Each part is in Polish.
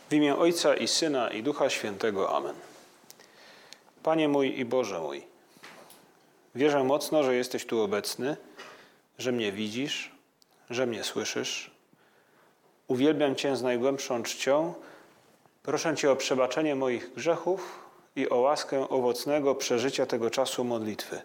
W imię Ojca i Syna i Ducha Świętego. Amen. Panie mój i Boże mój, wierzę mocno, że jesteś tu obecny, że mnie widzisz, że mnie słyszysz. Uwielbiam Cię z najgłębszą czcią. Proszę Cię o przebaczenie moich grzechów i o łaskę owocnego przeżycia tego czasu modlitwy.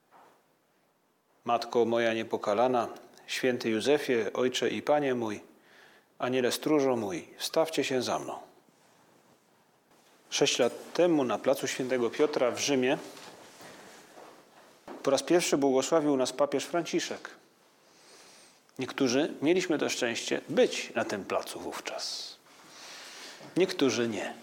Matko moja niepokalana, święty Józefie, Ojcze i Panie mój, Aniele stróżo mój, wstawcie się za mną. 6 lat temu na placu Świętego Piotra w Rzymie po raz pierwszy błogosławił nas papież Franciszek. Niektórzy mieliśmy to szczęście być na tym placu wówczas. Niektórzy nie.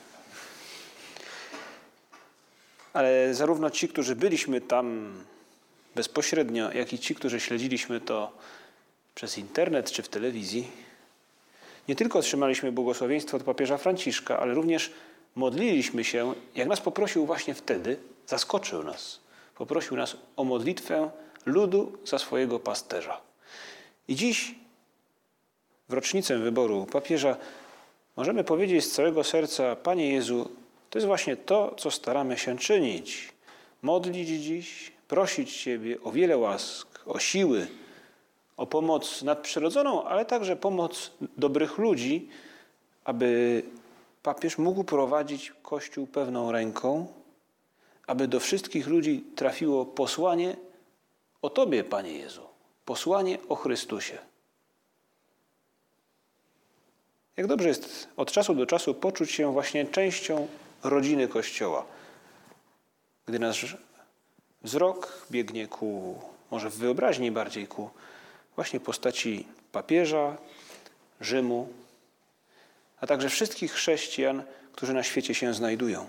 Ale zarówno ci, którzy byliśmy tam bezpośrednio, jak i ci, którzy śledziliśmy to przez internet czy w telewizji, nie tylko otrzymaliśmy błogosławieństwo od papieża Franciszka, ale również modliliśmy się, jak nas poprosił właśnie wtedy, zaskoczył nas. Poprosił nas o modlitwę ludu za swojego pasterza. I dziś, w rocznicę wyboru papieża, możemy powiedzieć z całego serca: Panie Jezu, to jest właśnie to, co staramy się czynić. Modlić dziś, prosić Ciebie o wiele łask, o siły, o pomoc nadprzyrodzoną, ale także pomoc dobrych ludzi, aby papież mógł prowadzić Kościół pewną ręką, aby do wszystkich ludzi trafiło posłanie o Tobie, Panie Jezu, posłanie o Chrystusie. Jak dobrze jest od czasu do czasu poczuć się właśnie częścią rodziny Kościoła, gdy nasz wzrok biegnie może w wyobraźni bardziej ku właśnie postaci papieża, Rzymu, a także wszystkich chrześcijan, którzy na świecie się znajdują.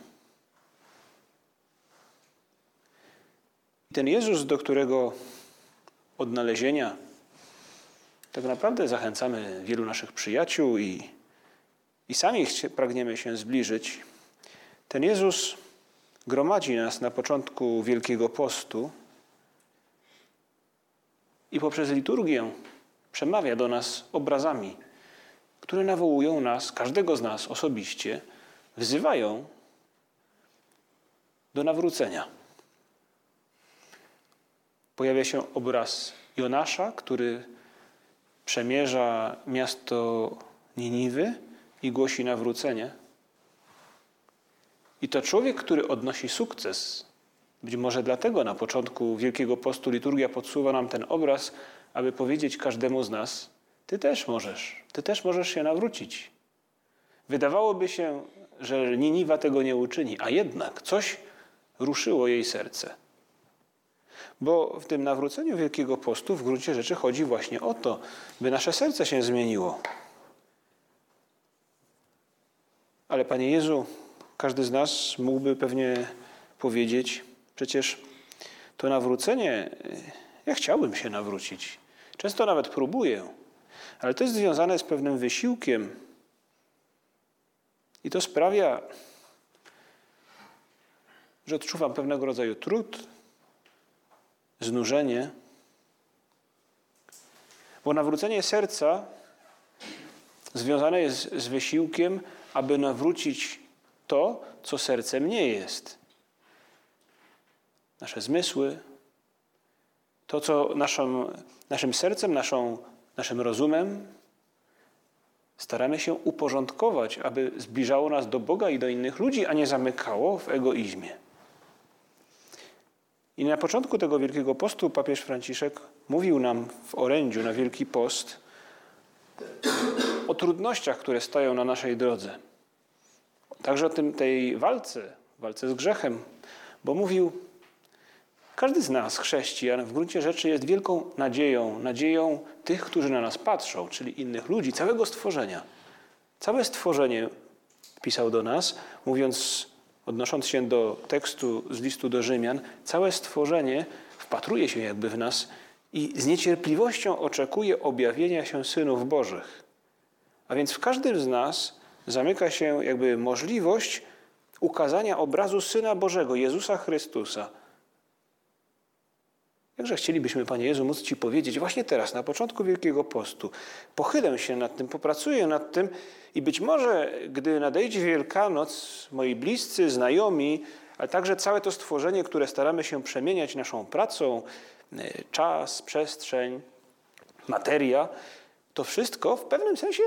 Ten Jezus, do którego odnalezienia tak naprawdę zachęcamy wielu naszych przyjaciół i sami pragniemy się zbliżyć, ten Jezus gromadzi nas na początku Wielkiego Postu i poprzez liturgię przemawia do nas obrazami, które nawołują nas, każdego z nas osobiście, wzywają do nawrócenia. Pojawia się obraz Jonasza, który przemierza miasto Niniwy i głosi nawrócenie. I to człowiek, który odnosi sukces. Być może dlatego na początku Wielkiego Postu liturgia podsuwa nam ten obraz, aby powiedzieć każdemu z nas: Ty też możesz się nawrócić. Wydawałoby się, że Niniwa tego nie uczyni, a jednak coś ruszyło jej serce. Bo w tym nawróceniu Wielkiego Postu w gruncie rzeczy chodzi właśnie o to, by nasze serce się zmieniło. Ale Panie Jezu, każdy z nas mógłby pewnie powiedzieć: przecież to nawrócenie, ja chciałbym się nawrócić. Często nawet próbuję, ale to jest związane z pewnym wysiłkiem. I to sprawia, że odczuwam pewnego rodzaju trud, znużenie. Bo nawrócenie serca związane jest z wysiłkiem, aby nawrócić to, co sercem nie jest. Nasze zmysły, to, co naszym sercem, naszym rozumem staramy się uporządkować, aby zbliżało nas do Boga i do innych ludzi, a nie zamykało w egoizmie. I na początku tego Wielkiego Postu papież Franciszek mówił nam w orędziu na Wielki Post o trudnościach, które stoją na naszej drodze. Także o tej walce z grzechem, bo mówił: każdy z nas, chrześcijan, w gruncie rzeczy jest wielką nadzieją tych, którzy na nas patrzą, czyli innych ludzi, całego stworzenia. Całe stworzenie, pisał do nas, odnosząc się do tekstu z listu do Rzymian, całe stworzenie wpatruje się jakby w nas i z niecierpliwością oczekuje objawienia się synów Bożych. A więc w każdym z nas zamyka się jakby możliwość ukazania obrazu Syna Bożego, Jezusa Chrystusa. Jakże chcielibyśmy, Panie Jezu, móc Ci powiedzieć właśnie teraz, na początku Wielkiego Postu. Pochylę się nad tym, popracuję nad tym i być może, gdy nadejdzie Wielkanoc, moi bliscy, znajomi, ale także całe to stworzenie, które staramy się przemieniać naszą pracą, czas, przestrzeń, materia, to wszystko w pewnym sensie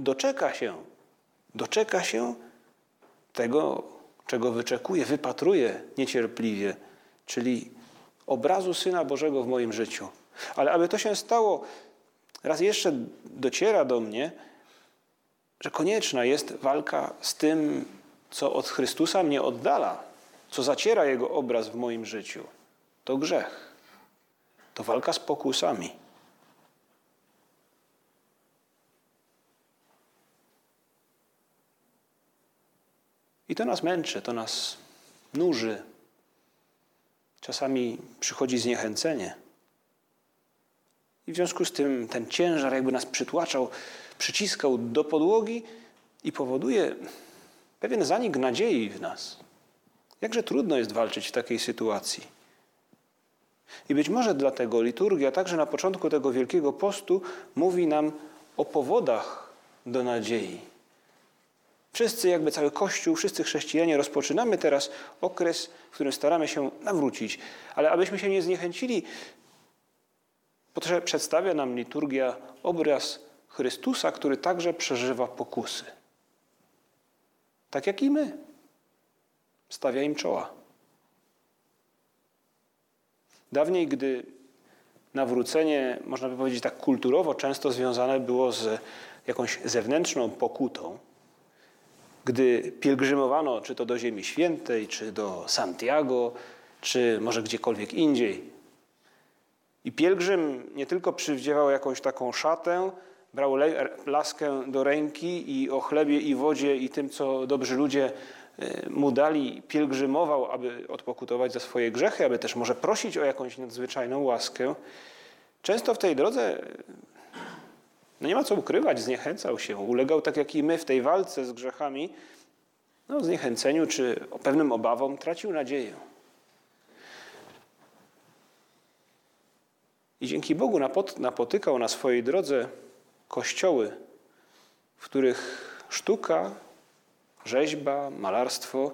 doczeka się tego, czego wyczekuje, wypatruje niecierpliwie, czyli obrazu Syna Bożego w moim życiu. Ale aby to się stało, raz jeszcze dociera do mnie, że konieczna jest walka z tym, co od Chrystusa mnie oddala, co zaciera Jego obraz w moim życiu. To grzech. To walka z pokusami. I to nas męczy, to nas nuży. Czasami przychodzi zniechęcenie. I w związku z tym ten ciężar jakby nas przytłaczał, przyciskał do podłogi i powoduje pewien zanik nadziei w nas. Jakże trudno jest walczyć w takiej sytuacji. I być może dlatego liturgia także na początku tego Wielkiego Postu mówi nam o powodach do nadziei. Wszyscy, jakby cały Kościół, wszyscy chrześcijanie rozpoczynamy teraz okres, w którym staramy się nawrócić. Ale abyśmy się nie zniechęcili, przedstawia nam liturgia obraz Chrystusa, który także przeżywa pokusy. Tak jak i my. Stawia im czoła. Dawniej, gdy nawrócenie, można by powiedzieć tak kulturowo, często związane było z jakąś zewnętrzną pokutą, gdy pielgrzymowano czy to do Ziemi Świętej, czy do Santiago, czy może gdziekolwiek indziej. I pielgrzym nie tylko przywdziewał jakąś taką szatę, brał laskę do ręki i o chlebie i wodzie i tym, co dobrzy ludzie mu dali, pielgrzymował, aby odpokutować za swoje grzechy, aby też może prosić o jakąś nadzwyczajną łaskę. Często w tej drodze, nie ma co ukrywać, zniechęcał się, ulegał tak jak i my w tej walce z grzechami, zniechęceniu czy o pewnym obawom, tracił nadzieję. I dzięki Bogu napotykał na swojej drodze kościoły, w których sztuka, rzeźba, malarstwo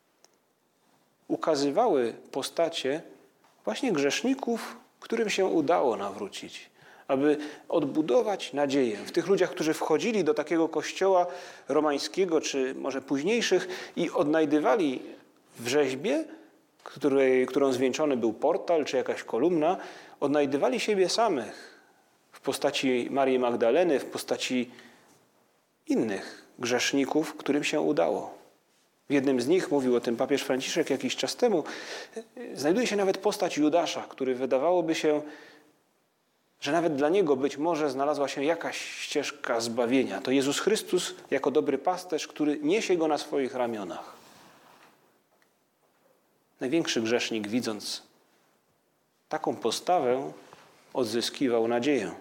ukazywały postacie właśnie grzeszników, którym się udało nawrócić, aby odbudować nadzieję w tych ludziach, którzy wchodzili do takiego kościoła romańskiego, czy może późniejszych i odnajdywali w rzeźbie, którą zwieńczony był portal, czy jakaś kolumna, odnajdywali siebie samych w postaci Marii Magdaleny, w postaci innych grzeszników, którym się udało. W jednym z nich, mówił o tym papież Franciszek jakiś czas temu, znajduje się nawet postać Judasza, który wydawałoby się, że nawet dla niego być może znalazła się jakaś ścieżka zbawienia. To Jezus Chrystus jako dobry pasterz, który niesie go na swoich ramionach. Największy grzesznik, widząc taką postawę, odzyskiwał nadzieję.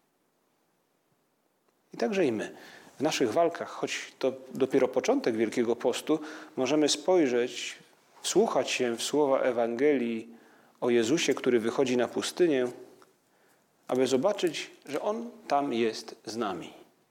I także i my. W naszych walkach, choć to dopiero początek Wielkiego Postu, możemy spojrzeć, wsłuchać się w słowa Ewangelii o Jezusie, który wychodzi na pustynię, aby zobaczyć, że On tam jest z nami.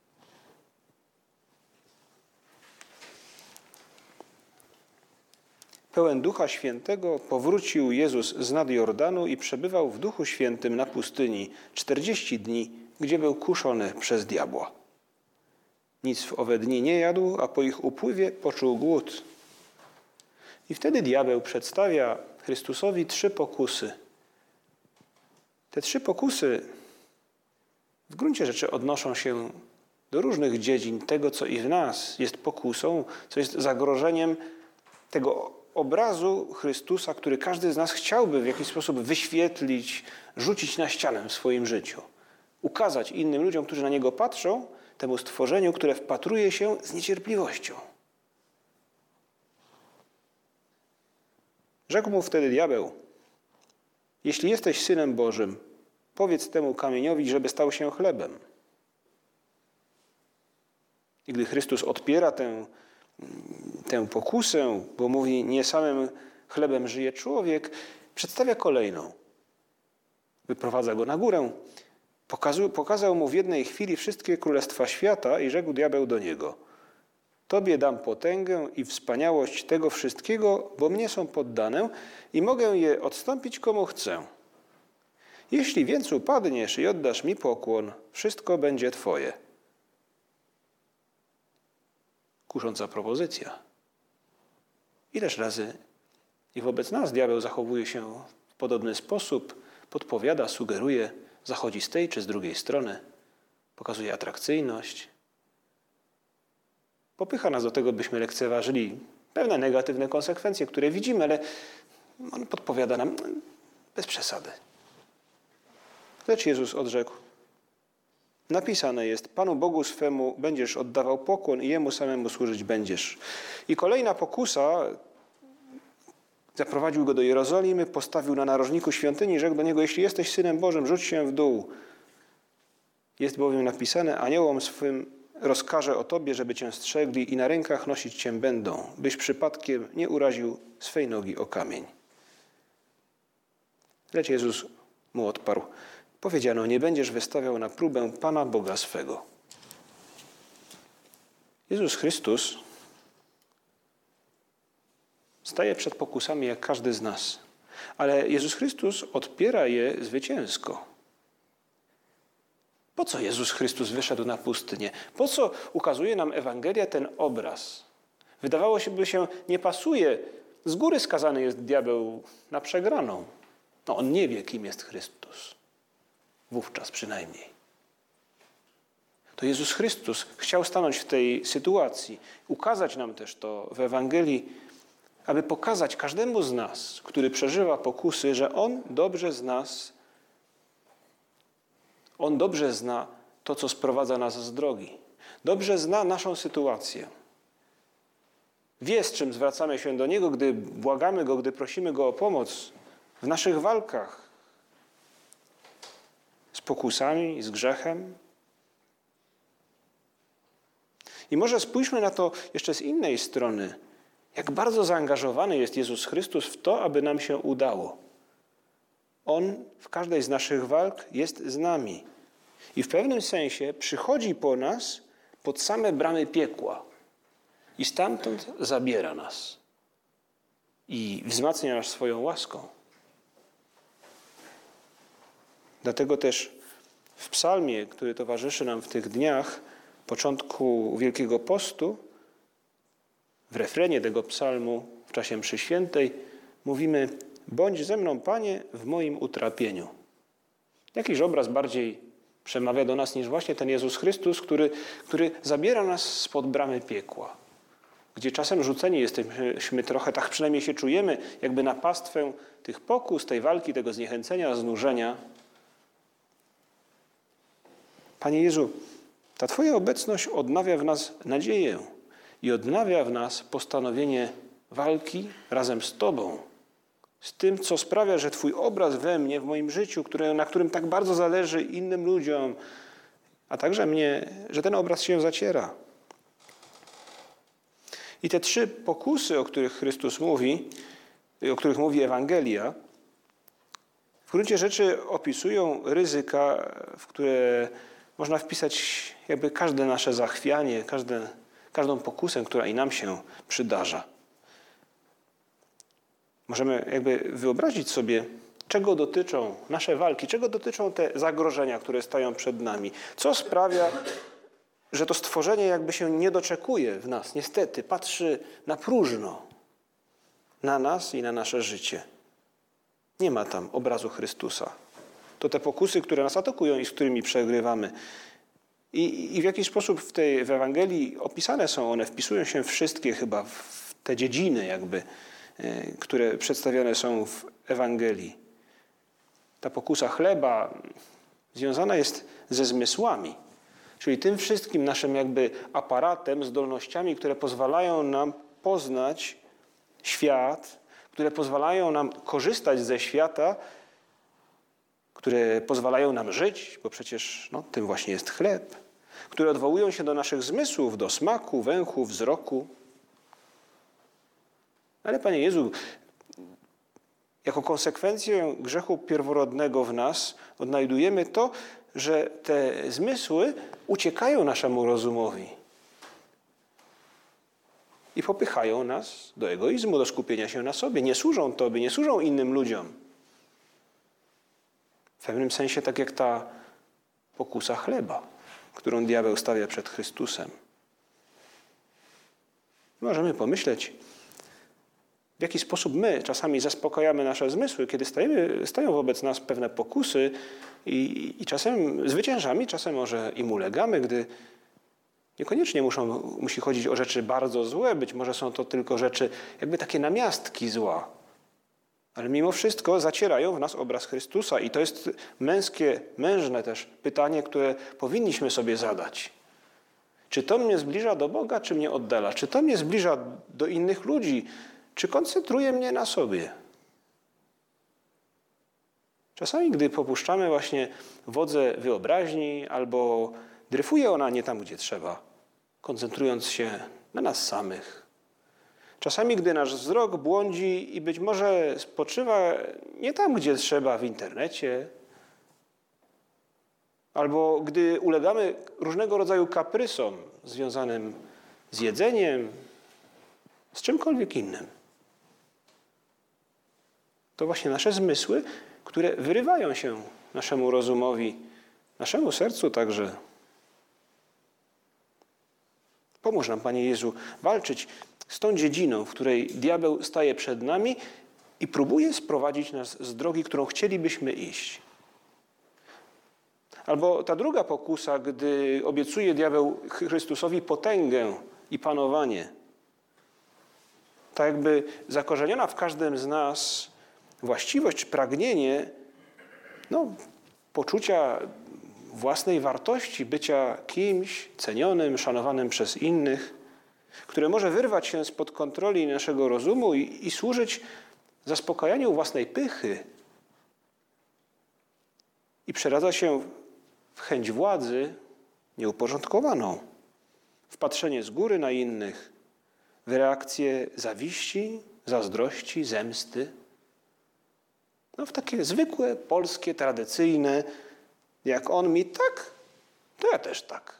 Pełen Ducha Świętego powrócił Jezus z nad Jordanu i przebywał w Duchu Świętym na pustyni 40 dni, gdzie był kuszony przez diabła. Nic w owe dni nie jadł, a po ich upływie poczuł głód. I wtedy diabeł przedstawia Chrystusowi 3 pokusy. Te 3 pokusy w gruncie rzeczy odnoszą się do różnych dziedzin tego, co i w nas jest pokusą, co jest zagrożeniem tego obrazu Chrystusa, który każdy z nas chciałby w jakiś sposób wyświetlić, rzucić na ścianę w swoim życiu. Ukazać innym ludziom, którzy na Niego patrzą, temu stworzeniu, które wpatruje się z niecierpliwością. Rzekł mu wtedy diabeł: jeśli jesteś Synem Bożym, powiedz temu kamieniowi, żeby stał się chlebem. I gdy Chrystus odpiera tę pokusę, bo mówi, nie samym chlebem żyje człowiek, przedstawia kolejną. wyprowadza go na górę, pokazał mu w jednej chwili wszystkie królestwa świata i rzekł diabeł do niego: Tobie dam potęgę i wspaniałość tego wszystkiego, bo mnie są poddane i mogę je odstąpić komu chcę. Jeśli więc upadniesz i oddasz mi pokłon, wszystko będzie Twoje. Kusząca propozycja. Ileż razy i wobec nas diabeł zachowuje się w podobny sposób, podpowiada, sugeruje, zachodzi z tej czy z drugiej strony, pokazuje atrakcyjność. Popycha nas do tego, byśmy lekceważyli pewne negatywne konsekwencje, które widzimy, ale on podpowiada nam bez przesady. Lecz Jezus odrzekł: napisane jest: Panu Bogu swemu będziesz oddawał pokłon i Jemu samemu służyć będziesz. I kolejna pokusa. Zaprowadził go do Jerozolimy, postawił na narożniku świątyni i rzekł do niego: jeśli jesteś Synem Bożym, rzuć się w dół. Jest bowiem napisane: aniołom swym rozkaże o tobie, żeby cię strzegli i na rękach nosić cię będą, byś przypadkiem nie uraził swej nogi o kamień. Lecz Jezus mu odparł: powiedziano, nie będziesz wystawiał na próbę Pana Boga swego. Jezus Chrystus staje przed pokusami jak każdy z nas, ale Jezus Chrystus odpiera je zwycięsko. Po co Jezus Chrystus wyszedł na pustynię? Po co ukazuje nam Ewangelia ten obraz? Wydawało się, nie pasuje. Z góry skazany jest diabeł na przegraną. No, on nie wie, kim jest Chrystus. Wówczas przynajmniej. To Jezus Chrystus chciał stanąć w tej sytuacji, ukazać nam też to w Ewangelii, aby pokazać każdemu z nas, który przeżywa pokusy, że On dobrze zna to, co sprowadza nas z drogi. Dobrze zna naszą sytuację. Wie, z czym zwracamy się do Niego, gdy błagamy Go, gdy prosimy Go o pomoc w naszych walkach z pokusami, z grzechem. I może spójrzmy na to jeszcze z innej strony. Jak bardzo zaangażowany jest Jezus Chrystus w to, aby nam się udało. On w każdej z naszych walk jest z nami. I w pewnym sensie przychodzi po nas pod same bramy piekła. I stamtąd zabiera nas. I wzmacnia nas swoją łaską. Dlatego też w psalmie, który towarzyszy nam w tych dniach, początku Wielkiego Postu, w refrenie tego psalmu w czasie mszy świętej mówimy: bądź ze mną, Panie, w moim utrapieniu. Jakiż obraz bardziej przemawia do nas niż właśnie ten Jezus Chrystus, który zabiera nas spod bramy piekła, gdzie czasem rzuceni jesteśmy trochę, tak przynajmniej się czujemy, jakby na pastwę tych pokus, tej walki, tego zniechęcenia, znużenia. Panie Jezu, ta Twoja obecność odnawia w nas nadzieję i odnawia w nas postanowienie walki razem z Tobą. Z tym, co sprawia, że Twój obraz we mnie, w moim życiu, na którym tak bardzo zależy innym ludziom, a także mnie, że ten obraz się zaciera. I te 3 pokusy, o których Chrystus mówi, o których mówi Ewangelia, w gruncie rzeczy opisują ryzyka, w które można wpisać jakby każde nasze zachwianie, każdą pokusę, która i nam się przydarza. Możemy jakby wyobrazić sobie, czego dotyczą nasze walki, czego dotyczą te zagrożenia, które stają przed nami. Co sprawia, że to stworzenie jakby się nie doczekuje w nas. Niestety, patrzy na próżno na nas i na nasze życie. Nie ma tam obrazu Chrystusa. To te pokusy, które nas atakują i z którymi przegrywamy. I w jakiś sposób w Ewangelii opisane są one, wpisują się wszystkie chyba w te dziedziny jakby, które przedstawione są w Ewangelii. Ta pokusa chleba związana jest ze zmysłami, czyli tym wszystkim naszym jakby aparatem, zdolnościami, które pozwalają nam poznać świat, które pozwalają nam korzystać ze świata, które pozwalają nam żyć, bo przecież tym właśnie jest chleb, które odwołują się do naszych zmysłów, do smaku, węchu, wzroku. Ale Panie Jezu, jako konsekwencję grzechu pierworodnego w nas odnajdujemy to, że te zmysły uciekają naszemu rozumowi i popychają nas do egoizmu, do skupienia się na sobie. Nie służą Tobie, nie służą innym ludziom. W pewnym sensie tak jak ta pokusa chleba, którą diabeł stawia przed Chrystusem. Możemy pomyśleć, w jaki sposób my czasami zaspokajamy nasze zmysły, kiedy stają wobec nas pewne pokusy i czasem zwyciężamy, czasem może im ulegamy, gdy niekoniecznie musi chodzić o rzeczy bardzo złe, być może są to tylko rzeczy jakby takie namiastki zła. Ale mimo wszystko zacierają w nas obraz Chrystusa i to jest mężne też pytanie, które powinniśmy sobie zadać. Czy to mnie zbliża do Boga, czy mnie oddala? Czy to mnie zbliża do innych ludzi? Czy koncentruje mnie na sobie? Czasami, gdy popuszczamy właśnie wodze wyobraźni albo dryfuje ona nie tam, gdzie trzeba, koncentrując się na nas samych. Czasami, gdy nasz wzrok błądzi i być może spoczywa nie tam, gdzie trzeba, w internecie, albo gdy ulegamy różnego rodzaju kaprysom związanym z jedzeniem, z czymkolwiek innym. To właśnie nasze zmysły, które wyrywają się naszemu rozumowi, naszemu sercu także. Pomóż nam, Panie Jezu, walczyć z tą dziedziną, w której diabeł staje przed nami i próbuje sprowadzić nas z drogi, którą chcielibyśmy iść. Albo ta druga pokusa, gdy obiecuje diabeł Chrystusowi potęgę i panowanie. Tak jakby zakorzeniona w każdym z nas właściwość czy pragnienie poczucia własnej wartości, bycia kimś cenionym, szanowanym przez innych, które może wyrwać się spod kontroli naszego rozumu i służyć zaspokajaniu własnej pychy i przeradza się w chęć władzy nieuporządkowaną, w patrzenie z góry na innych, w reakcję zawiści, zazdrości, zemsty. W takie zwykłe, polskie, tradycyjne, jak on mi tak, to ja też tak.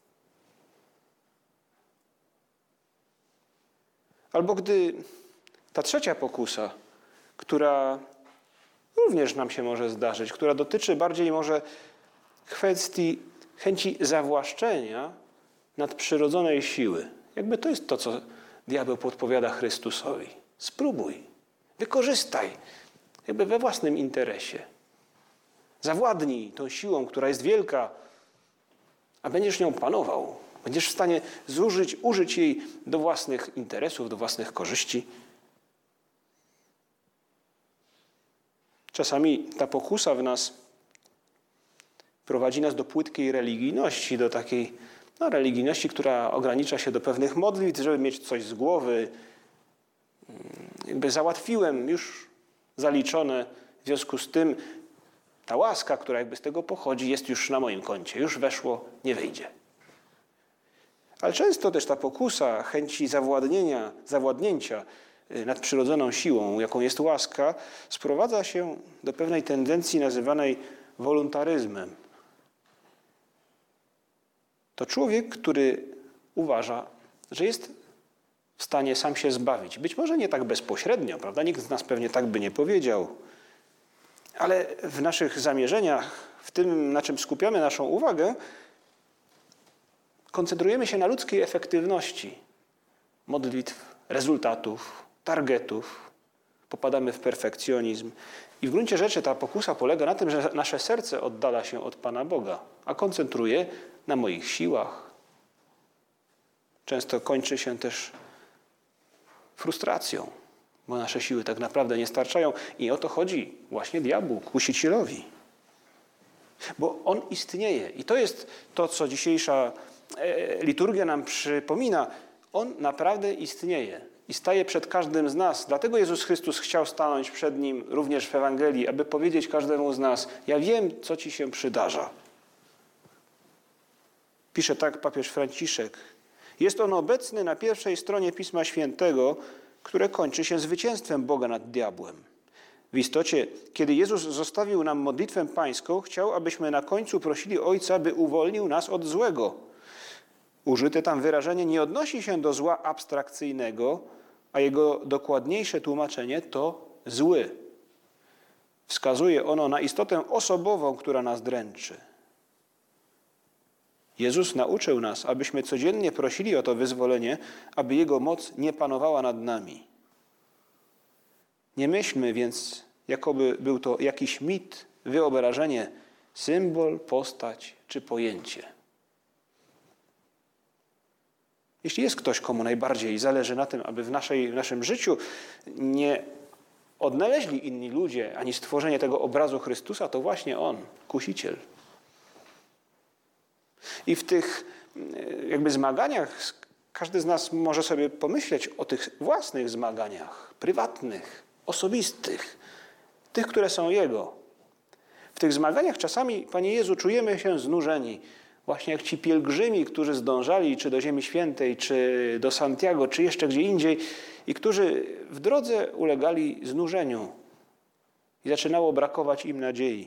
Albo gdy ta trzecia pokusa, która również nam się może zdarzyć, która dotyczy bardziej może kwestii chęci zawłaszczenia nadprzyrodzonej siły. Jakby to jest to, co diabeł podpowiada Chrystusowi. Spróbuj, wykorzystaj, jakby we własnym interesie. Zawładnij tą siłą, która jest wielka, a będziesz nią panował. Będziesz w stanie użyć jej do własnych interesów, do własnych korzyści. Czasami ta pokusa w nas prowadzi nas do płytkiej religijności, do takiej religijności, która ogranicza się do pewnych modlitw, żeby mieć coś z głowy. Jakby załatwiłem, już zaliczone, w związku z tym ta łaska, która jakby z tego pochodzi, jest już na moim koncie. Już weszło, nie wyjdzie. Ale często też ta pokusa chęci zawładnięcia nadprzyrodzoną siłą, jaką jest łaska, sprowadza się do pewnej tendencji nazywanej woluntaryzmem. To człowiek, który uważa, że jest w stanie sam się zbawić. Być może nie tak bezpośrednio, prawda? Nikt z nas pewnie tak by nie powiedział. Ale w naszych zamierzeniach, w tym, na czym skupiamy naszą uwagę, koncentrujemy się na ludzkiej efektywności modlitw, rezultatów, targetów. Popadamy w perfekcjonizm. I w gruncie rzeczy ta pokusa polega na tym, że nasze serce oddala się od Pana Boga, a koncentruje na moich siłach. Często kończy się też frustracją, bo nasze siły tak naprawdę nie starczają. I o to chodzi właśnie diabłu, kusicielowi. Bo on istnieje. I to jest to, co dzisiejsza liturgia nam przypomina. On naprawdę istnieje i staje przed każdym z nas. Dlatego Jezus Chrystus chciał stanąć przed Nim również w Ewangelii, aby powiedzieć każdemu z nas: ja wiem, co ci się przydarza. Pisze tak papież Franciszek. Jest on obecny na pierwszej stronie Pisma Świętego, które kończy się zwycięstwem Boga nad diabłem. W istocie, kiedy Jezus zostawił nam modlitwę pańską, chciał, abyśmy na końcu prosili Ojca, by uwolnił nas od złego. Użyte tam wyrażenie nie odnosi się do zła abstrakcyjnego, a jego dokładniejsze tłumaczenie to zły. Wskazuje ono na istotę osobową, która nas dręczy. Jezus nauczył nas, abyśmy codziennie prosili o to wyzwolenie, aby Jego moc nie panowała nad nami. Nie myślmy więc, jakoby był to jakiś mit, wyobrażenie, symbol, postać czy pojęcie. Jeśli jest ktoś, komu najbardziej zależy na tym, aby w naszym życiu nie odnaleźli inni ludzie, ani stworzenie tego obrazu Chrystusa, to właśnie On, Kusiciel. I w tych jakby zmaganiach każdy z nas może sobie pomyśleć o tych własnych zmaganiach, prywatnych, osobistych, tych, które są Jego. W tych zmaganiach czasami, Panie Jezu, czujemy się znużeni. Właśnie jak ci pielgrzymi, którzy zdążali czy do Ziemi Świętej, czy do Santiago, czy jeszcze gdzie indziej i którzy w drodze ulegali znużeniu i zaczynało brakować im nadziei.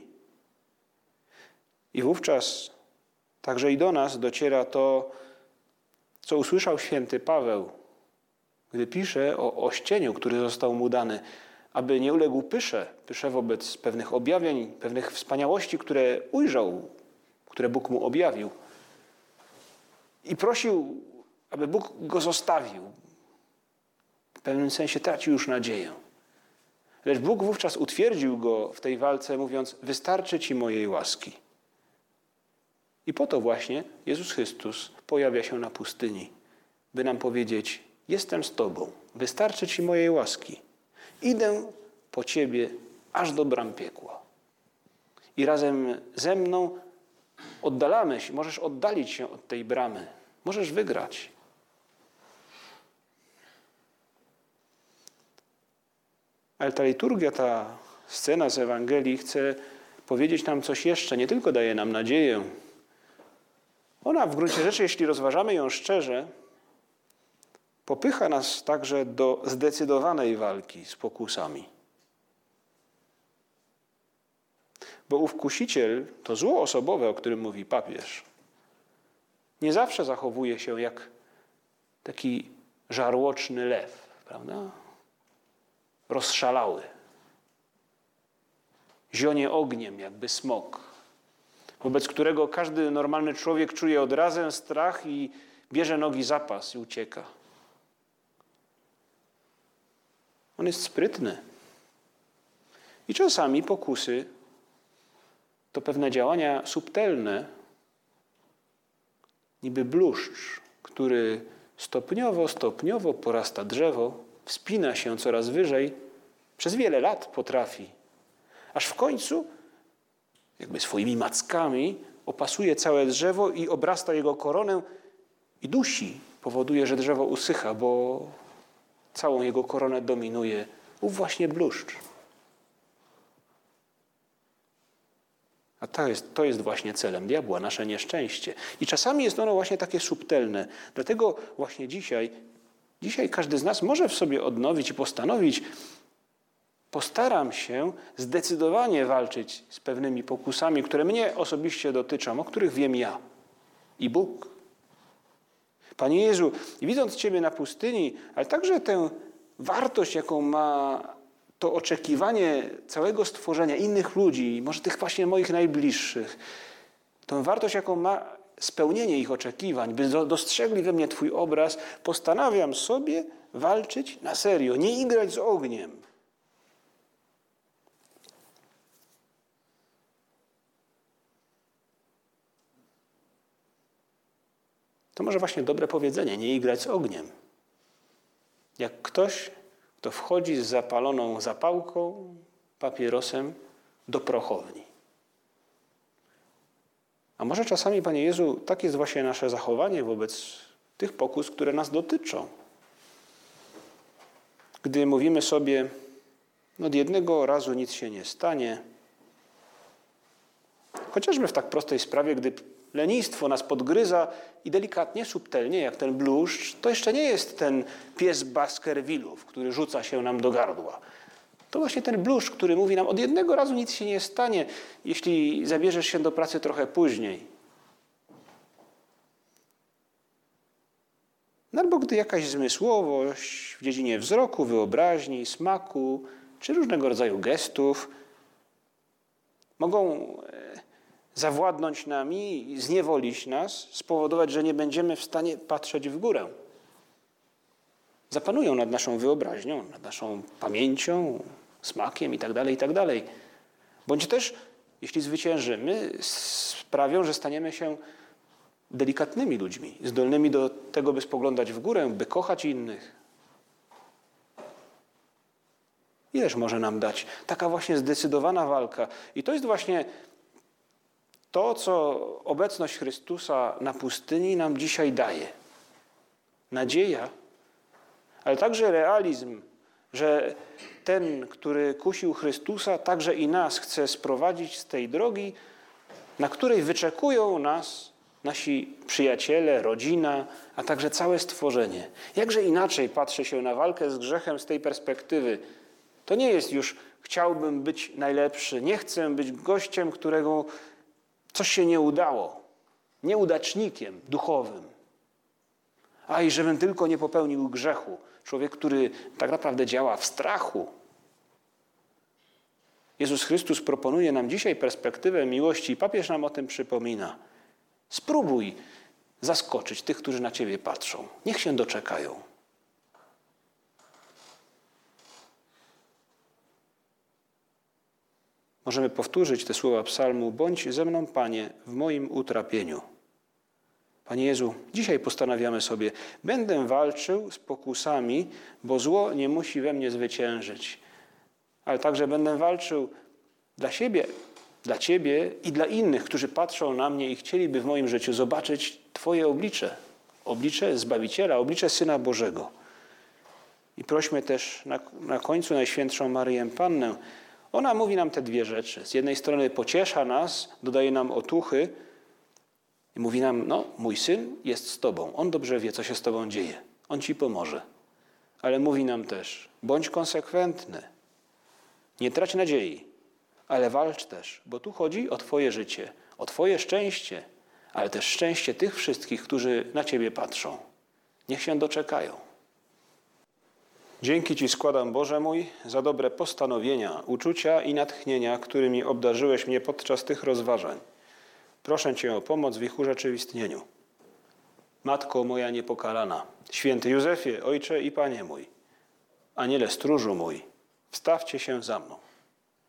I wówczas także i do nas dociera to, co usłyszał święty Paweł, gdy pisze o ościeniu, który został mu dany, aby nie uległ pysze wobec pewnych objawień, pewnych wspaniałości, które ujrzał, które Bóg mu objawił. I prosił, aby Bóg go zostawił. W pewnym sensie tracił już nadzieję. Lecz Bóg wówczas utwierdził go w tej walce, mówiąc: wystarczy ci mojej łaski. I po to właśnie Jezus Chrystus pojawia się na pustyni, by nam powiedzieć: jestem z tobą, wystarczy ci mojej łaski. Idę po ciebie aż do bram piekła. I razem ze mną oddalamy się, możesz oddalić się od tej bramy, możesz wygrać. Ale ta liturgia, ta scena z Ewangelii chce powiedzieć nam coś jeszcze, nie tylko daje nam nadzieję. Ona w gruncie rzeczy, jeśli rozważamy ją szczerze, popycha nas także do zdecydowanej walki z pokusami. Bo ów kusiciel, to zło osobowe, o którym mówi papież, nie zawsze zachowuje się jak taki żarłoczny lew, prawda? Rozszalały. Zionie ogniem, jakby smok, wobec którego każdy normalny człowiek czuje od razu strach i bierze nogi za pas i ucieka. On jest sprytny. I czasami pokusy to pewne działania subtelne, niby bluszcz, który stopniowo porasta drzewo, wspina się coraz wyżej, przez wiele lat potrafi, aż w końcu jakby swoimi mackami opasuje całe drzewo i obrasta jego koronę i dusi. Powoduje, że drzewo usycha, bo całą jego koronę dominuje ów właśnie bluszcz. A to jest właśnie celem diabła, nasze nieszczęście. I czasami jest ono właśnie takie subtelne. Dlatego właśnie dzisiaj każdy z nas może w sobie odnowić i postanowić: postaram się zdecydowanie walczyć z pewnymi pokusami, które mnie osobiście dotyczą, o których wiem ja i Bóg. Panie Jezu, widząc Ciebie na pustyni, ale także tę wartość, jaką ma to oczekiwanie całego stworzenia, innych ludzi, może tych właśnie moich najbliższych, tę wartość, jaką ma spełnienie ich oczekiwań, by dostrzegli we mnie Twój obraz, postanawiam sobie walczyć na serio, nie igrać z ogniem. To może właśnie dobre powiedzenie, nie igrać z ogniem. Jak ktoś, kto wchodzi z zapaloną zapałką, papierosem do prochowni. A może czasami, Panie Jezu, tak jest właśnie nasze zachowanie wobec tych pokus, które nas dotyczą. Gdy mówimy sobie: od jednego razu nic się nie stanie, chociażby w tak prostej sprawie, gdy lenistwo nas podgryza i delikatnie, subtelnie, jak ten bluszcz, to jeszcze nie jest ten pies Baskervillów, który rzuca się nam do gardła. To właśnie ten bluszcz, który mówi nam, od jednego razu nic się nie stanie, jeśli zabierzesz się do pracy trochę później. No albo gdy jakaś zmysłowość w dziedzinie wzroku, wyobraźni, smaku, czy różnego rodzaju gestów mogą zawładnąć nami, zniewolić nas, spowodować, że nie będziemy w stanie patrzeć w górę. Zapanują nad naszą wyobraźnią, nad naszą pamięcią, smakiem itd., itd. Bądź też, jeśli zwyciężymy, sprawią, że staniemy się delikatnymi ludźmi, zdolnymi do tego, by spoglądać w górę, by kochać innych. Ileż może nam dać taka właśnie zdecydowana walka? I to jest właśnie to, co obecność Chrystusa na pustyni nam dzisiaj daje. Nadzieja, ale także realizm, że ten, który kusił Chrystusa, także i nas chce sprowadzić z tej drogi, na której wyczekują nas nasi przyjaciele, rodzina, a także całe stworzenie. Jakże inaczej patrzy się na walkę z grzechem z tej perspektywy. To nie jest już chciałbym być najlepszy, nie chcę być gościem, którego coś się nie udało, nieudacznikiem duchowym. A i żebym tylko nie popełnił grzechu. Człowiek, który tak naprawdę działa w strachu. Jezus Chrystus proponuje nam dzisiaj perspektywę miłości i papież nam o tym przypomina. Spróbuj zaskoczyć tych, którzy na ciebie patrzą. Niech się doczekają. Możemy powtórzyć te słowa psalmu: bądź ze mną, Panie, w moim utrapieniu. Panie Jezu, dzisiaj postanawiamy sobie, będę walczył z pokusami, bo zło nie musi we mnie zwyciężyć. Ale także będę walczył dla siebie, dla Ciebie i dla innych, którzy patrzą na mnie i chcieliby w moim życiu zobaczyć Twoje oblicze. Oblicze Zbawiciela, oblicze Syna Bożego. I prośmy też na końcu Najświętszą Maryję Pannę. Ona mówi nam te dwie rzeczy. Z jednej strony pociesza nas, dodaje nam otuchy i mówi nam, no mój Syn jest z Tobą. On dobrze wie, co się z Tobą dzieje. On Ci pomoże. Ale mówi nam też, bądź konsekwentny. Nie trać nadziei, ale walcz też, bo tu chodzi o Twoje życie, o Twoje szczęście, ale też szczęście tych wszystkich, którzy na Ciebie patrzą. Niech się doczekają. Dzięki Ci składam, Boże mój, za dobre postanowienia, uczucia i natchnienia, którymi obdarzyłeś mnie podczas tych rozważań. Proszę Cię o pomoc w ich urzeczywistnieniu. Matko moja niepokalana, święty Józefie, Ojcze i Panie mój, Aniele stróżu mój, wstawcie się za mną.